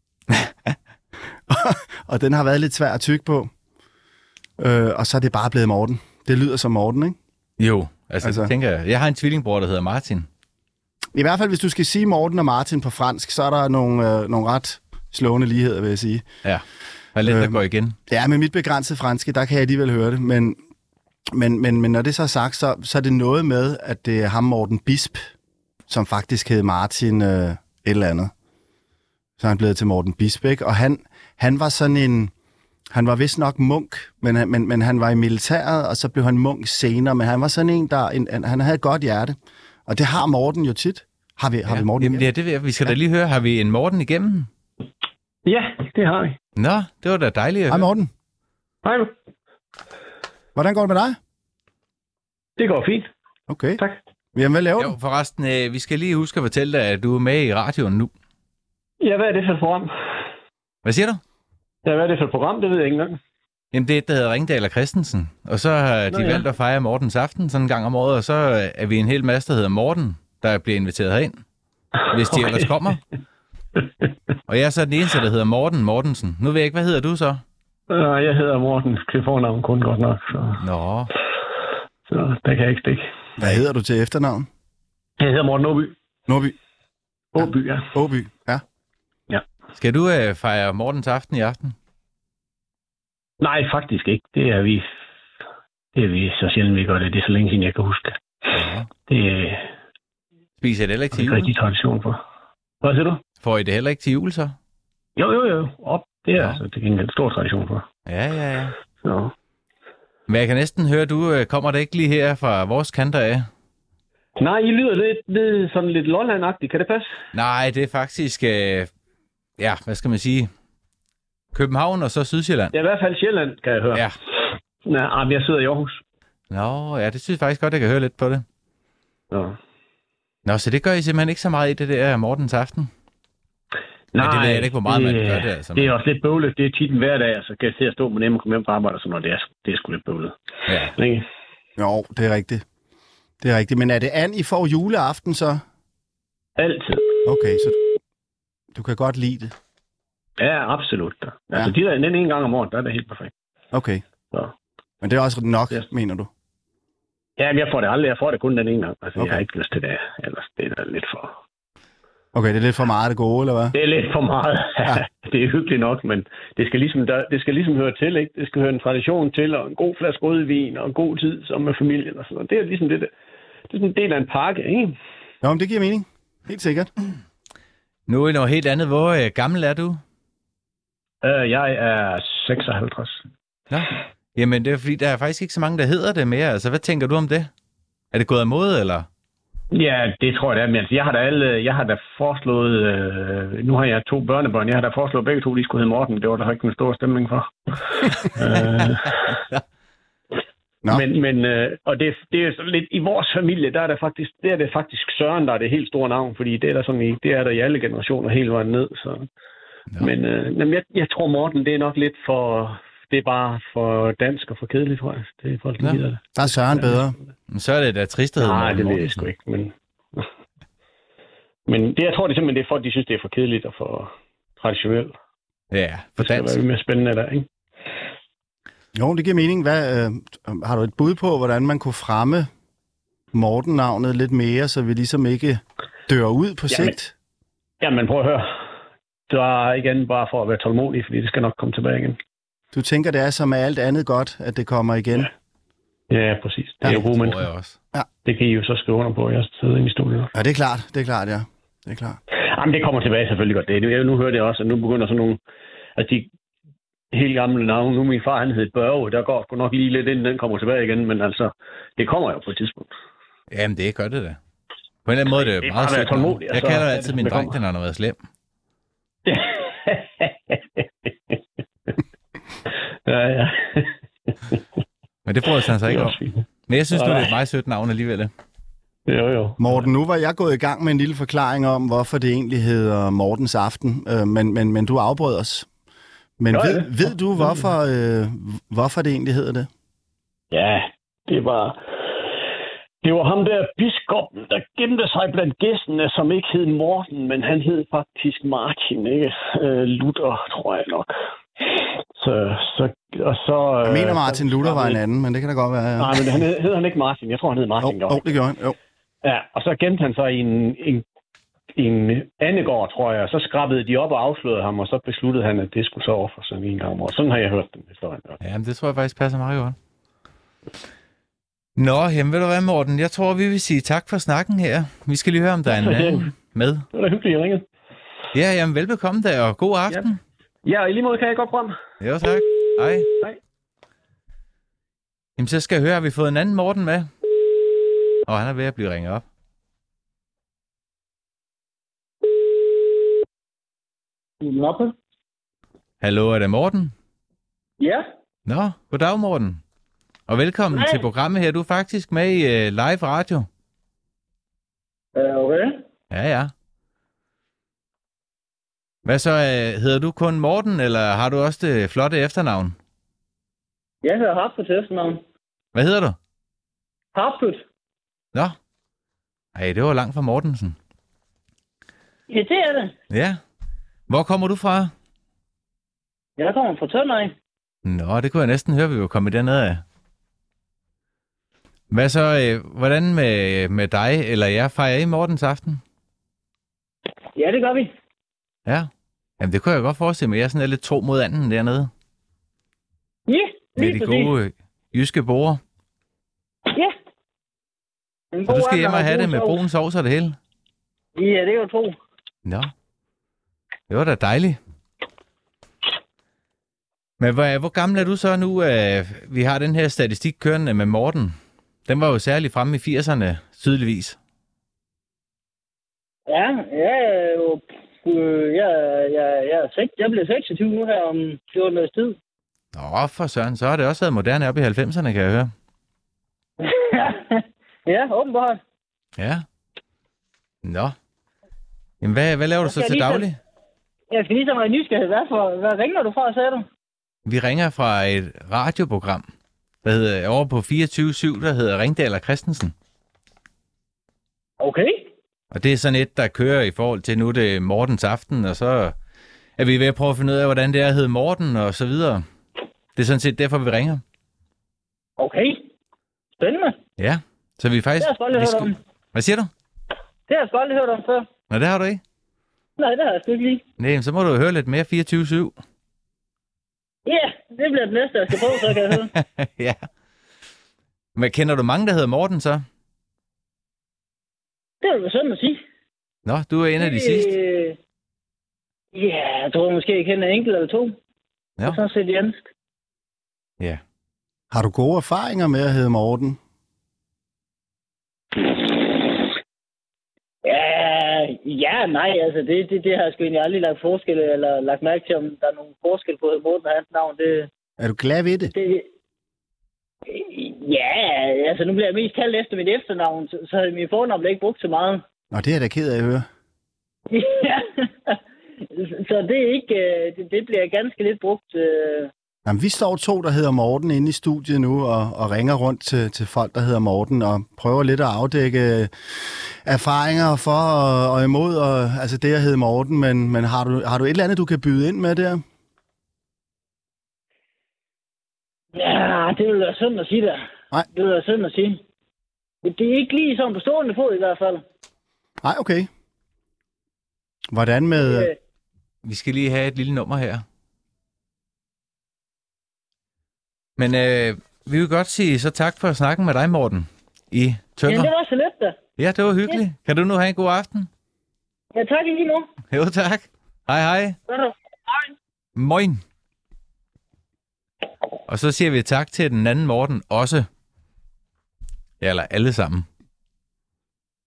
Og den har været lidt svær at tygge på. Og så er det bare blevet Morten. Det lyder som Morten, ikke? Jo, altså tænker jeg. Jeg har en tvillingbror, der hedder Martin. I hvert fald, hvis du skal sige Morten og Martin på fransk, så er der nogle ret slående ligheder, vil jeg sige. Ja, og lidt der går igen. Ja, med mit begrænsede franske, der kan jeg alligevel høre det. Men når det så er sagt, så er det noget med, at det er ham Morten Bisp, som faktisk hed Martin et eller andet. Så er han blevet til Morten Bisp, ikke? Og han var sådan en... Han var vist nok munk, men han var i militæret, og så blev han munk senere. Men han var sådan en, han havde et godt hjerte. Og det har Morten jo tit. Har vi Morten igennem? Ja, det vil jeg. Vi skal da lige høre. Har vi en Morten igennem? Ja, det har vi. Nå, det var da dejligt at høre. Hej Morten. Hej du. Hvordan går det med dig? Det går fint. Okay. Tak. Jamen, hvad laver du? Jo, forresten, vi skal lige huske at fortælle dig, at du er med i radioen nu. Ja, hvad er det for et program? Hvad siger du? Ja, hvad er det for et program? Det ved jeg ikke engang. Jamen, det er et, der hedder Ringdal og Christensen. Og så har de valgt at fejre Mortens Aften sådan en gang om året, og så er vi en hel masse, der hedder Morten, der bliver inviteret herind, hvis de ellers kommer. Og jeg er så den eneste, der hedder Morten Mortensen. Nu ved jeg ikke, hvad hedder du så? Jeg hedder Morten, til fornavn kun godt nok. Nå. Så der kan jeg ikke stikke. Hvad hedder du til efternavn? Jeg hedder Morten Åby. Åby, ja. Åby, ja. Ja. Skal du fejre Mortens Aften i aften? Nej, faktisk ikke. Det er vi så sjældent, vi gør det. Det er så længe siden, jeg kan huske det. Det Spiser I det heller ikke til er jul? rigtig tradition for. Hvad siger du? Får I det heller ikke til jul, så? Jo. Det er Ja. altså det er en stor tradition for. Ja. Så. Men jeg kan næsten høre, du kommer det ikke lige her fra vores kanter af? Nej, I lyder lidt sådan lidt Lolland-agtigt. Kan det passe? Nej, det er faktisk, hvad skal man sige? København og så Sydsjælland. Det er i hvert fald Sjælland, kan jeg høre. Ja. Nej, jeg sidder i Aarhus. Nå, ja, det synes jeg faktisk godt, jeg kan høre lidt på det. Så. Nå, så det gør I simpelthen ikke så meget i det der Mortens aften? Nej, men det ved jeg ikke, hvor meget man gør det. Altså. Det er også lidt bøvlet. Det er tit en hverdag, så kan jeg se at stå med nemt og komme hjem på arbejde og sådan noget. Det er sgu lidt bøvlet. Ja. Ikke? Jo, det er rigtigt. Det er rigtigt. Men er det and, I får juleaften så? Altid. Okay, så du kan godt lide det? Ja, absolut. Altså, de der den ene gang om året, der er det helt perfekt. Okay. Så. Men det er også nok, mener du? Ja, men jeg får det aldrig. Jeg får det kun den ene gang. Altså, Okay. jeg har ikke lyst til det. Ellers det er da lidt for... Okay, det er lidt for meget det gode, eller hvad? Det er lidt for meget. Ja. Det er hyggeligt nok, men det skal ligesom høre til, ikke? Det skal høre en tradition til, og en god flaske rødvin, og en god tid sammen med familien og sådan noget. Det er ligesom det er sådan en del af en pakke, ikke? Jo, men det giver mening. Helt sikkert. Nu er noget helt andet. Hvor gammel er du? Jeg er 56. Nå. Jamen, det er fordi, der er faktisk ikke så mange, der hedder det mere. Altså, hvad tænker du om det? Er det gået af mode, eller? Ja, det tror jeg, det er. Men altså, jeg har da foreslået... nu har jeg 2 børnebørn. Jeg har da foreslået, begge 2 de skulle hedde Morten. Det var der ikke en stor stemning for. Men og det er så lidt i vores familie, der er det faktisk Søren, der er det helt store navn, fordi det er der sådan det er der i alle generationer hele vejen ned. Så. Ja. Men jeg tror Morten, det er nok lidt for... Det er bare for dansk og for kedeligt, tror jeg. Det er folk, der gider det. Der er Søren bedre. Men så er det da trist at hedde Nej, Morten det ved jeg sgu ikke. Men det, jeg tror, det er simpelthen det er folk, de synes, det er for kedeligt og for traditionelt. Ja, for dansk. Det skal være mere spændende der, ikke? Jo, det giver mening. Har du et bud på, hvordan man kunne fremme Morten-navnet lidt mere, så vi ligesom ikke dør ud på sigt? Jamen, prøv at høre. Det er igen bare for at være tålmodig, fordi det skal nok komme tilbage igen. Du tænker, det er som med alt andet godt, at det kommer igen? Ja, præcis. Det er jo gode mennesker. Også. Ja. Det kan I jo så skrive under på, jeg sidder inde i studiet. Ja, det er klart. Det er klart, ja. Det er klart. Jamen, det kommer tilbage selvfølgelig godt. Nu hører jeg også, at nu begynder sådan nogle... Altså, de helt gamle navne. Nu min far, han hed Børge. Der går sgu nok lige lidt ind, den kommer tilbage igen. Men altså, det kommer jo på et tidspunkt. Jamen, det gør det da. På en eller anden måde, det er meget sødt. Jeg kalder altid min dreng, den har været slem. Ja. Men det får jeg så ikke om. Men jeg synes, det er et meget sødt navn alligevel. Jo. Morten, nu var jeg gået i gang med en lille forklaring om, hvorfor det egentlig hedder Mortens Aften, men du afbrød os. Men ved du, hvorfor det egentlig hedder det? Ja, det var ham der biskoppen, der gemte sig blandt gæsterne, som ikke hed Morten, men han hed faktisk Martin, ikke? Luther, tror jeg nok. Jeg mener, Martin Luther var en anden, men det kan da godt være. Ja. Nej, men hed han ikke Martin? Jeg tror, han hed Martin. Det gjorde han, jo. Ja, og så gemte han sig i en andegård, tror jeg, og så skrabbede de op og afslørede ham, og så besluttede han, at det skulle så ofre sig en gang om året. Sådan har jeg hørt den historien. Ja, men det tror jeg faktisk passer meget godt. Nå, jamen ved du hvad, Morten? Jeg tror, vi vil sige tak for snakken her. Vi skal lige høre, om der er en anden med. Det var da hyggeligt, at ringe. Ja, jamen velbekomme der, og god aften. Ja, i lige måde kan jeg godt frem. Jo, tak. Hej. Hej. Jamen, så skal jeg høre, har vi fået en anden Morten med? Og han er ved at blive ringet op. Hallo, er det Morten? Ja. Nå, goddag Morten. Og velkommen til programmet her. Du er faktisk med i live radio. Okay. Ja. Hvad så, hedder du kun Morten, eller har du også det flotte efternavn? Jeg hedder Harput efternavn. Hvad hedder du? Harput. Nå. Ej, det var langt fra Mortensen. Ja, det er det. Ja. Hvor kommer du fra? Jeg kommer fra Tønder. Nå, det kunne jeg næsten høre, vi var kommet dernede af. Hvad så, hvordan med dig eller jer fejrer I Mortens aften? Ja, det gør vi. Ja. Jamen, det kunne jeg godt forestille mig. Jeg er sådan lidt tro mod anden dernede. Ja, lige med de gode jyske borer. Ja. Og du skal hjem og have det med brun sovs og det hele? Ja, det er jo tro. Nå. Det var da dejligt. Men hvor gammel er du så nu? Vi har den her statistik kørende med Morten. Den var jo særligt fremme i 80'erne, tydeligvis. Ja, jeg blev 26 nu her om 14 års tid. Nå, for søren, så har det også været moderne op i 90'erne, kan jeg høre. Ja, åbenbart. Ja. Nå. Jamen, hvad laver du så til daglig? Jeg skal lige så meget nysgerrighed. Hvad ringer du fra, sagde du? Vi ringer fra et radioprogram, der hedder over på 24/7, der hedder Ringdal og Christensen. Okay. Og det er sådan et, der kører i forhold til, nu det er Mortens aften, og så er vi ved at prøve at finde ud af, hvordan det er at hedde Morten, og så videre. Det er sådan set derfor, vi ringer. Okay. Spændende. Ja, så vi faktisk... Det har jeg sgu aldrig hørt om. Hvad siger du? Det har jeg sgu aldrig hørt om før. Nå, det har du ikke? Nej, det har jeg sgu ikke lige. Nej, så må du høre lidt mere 24/7. Ja, det bliver det næste, jeg skal prøve, så kan jeg høre. Ja. Men kender du mange, der hedder Morten, så? Det vil være sådan at sige. Nå, du er en af de sidste. Ja, jeg tror måske, jeg kender en enkelt eller to. Ja. Og så set Jens. Ja. Har du gode erfaringer med at hedde Morten? Ja, nej, altså det har jeg sgu egentlig aldrig lagt forskel, eller lagt mærke til, om der er nogen forskel på Morten og hans navn. Er du glad ved det? Ja, altså nu bliver jeg mest kaldt efter mit efternavn, så min fornavn bliver ikke brugt så meget. Nå, det er jeg da ked af at høre. Ja, så det er ikke, det bliver ganske lidt brugt. Jamen, vi står to, der hedder Morten, inde i studiet nu og ringer rundt til folk, der hedder Morten, og prøver lidt at afdække erfaringer for og imod, og, altså det at hedde Morten, men har du et eller andet, du kan byde ind med der? Ja, det vil være synd at sige det. Nej. Det vil være synd at sige. Det er ikke lige sådan på stående fod i hvert fald. Nej, okay. Hvordan med... Vi skal lige have et lille nummer her. Men vi vil godt sige så tak for snakken med dig, Morten, i Tønder. Ja, det var så let da. Ja, det var hyggeligt. Ja. Kan du nu have en god aften? Ja, tak lige nu. Jo, tak. Hej, hej. Hej. Moin. Og så siger vi tak til den anden Morten også. Ja, eller alle sammen.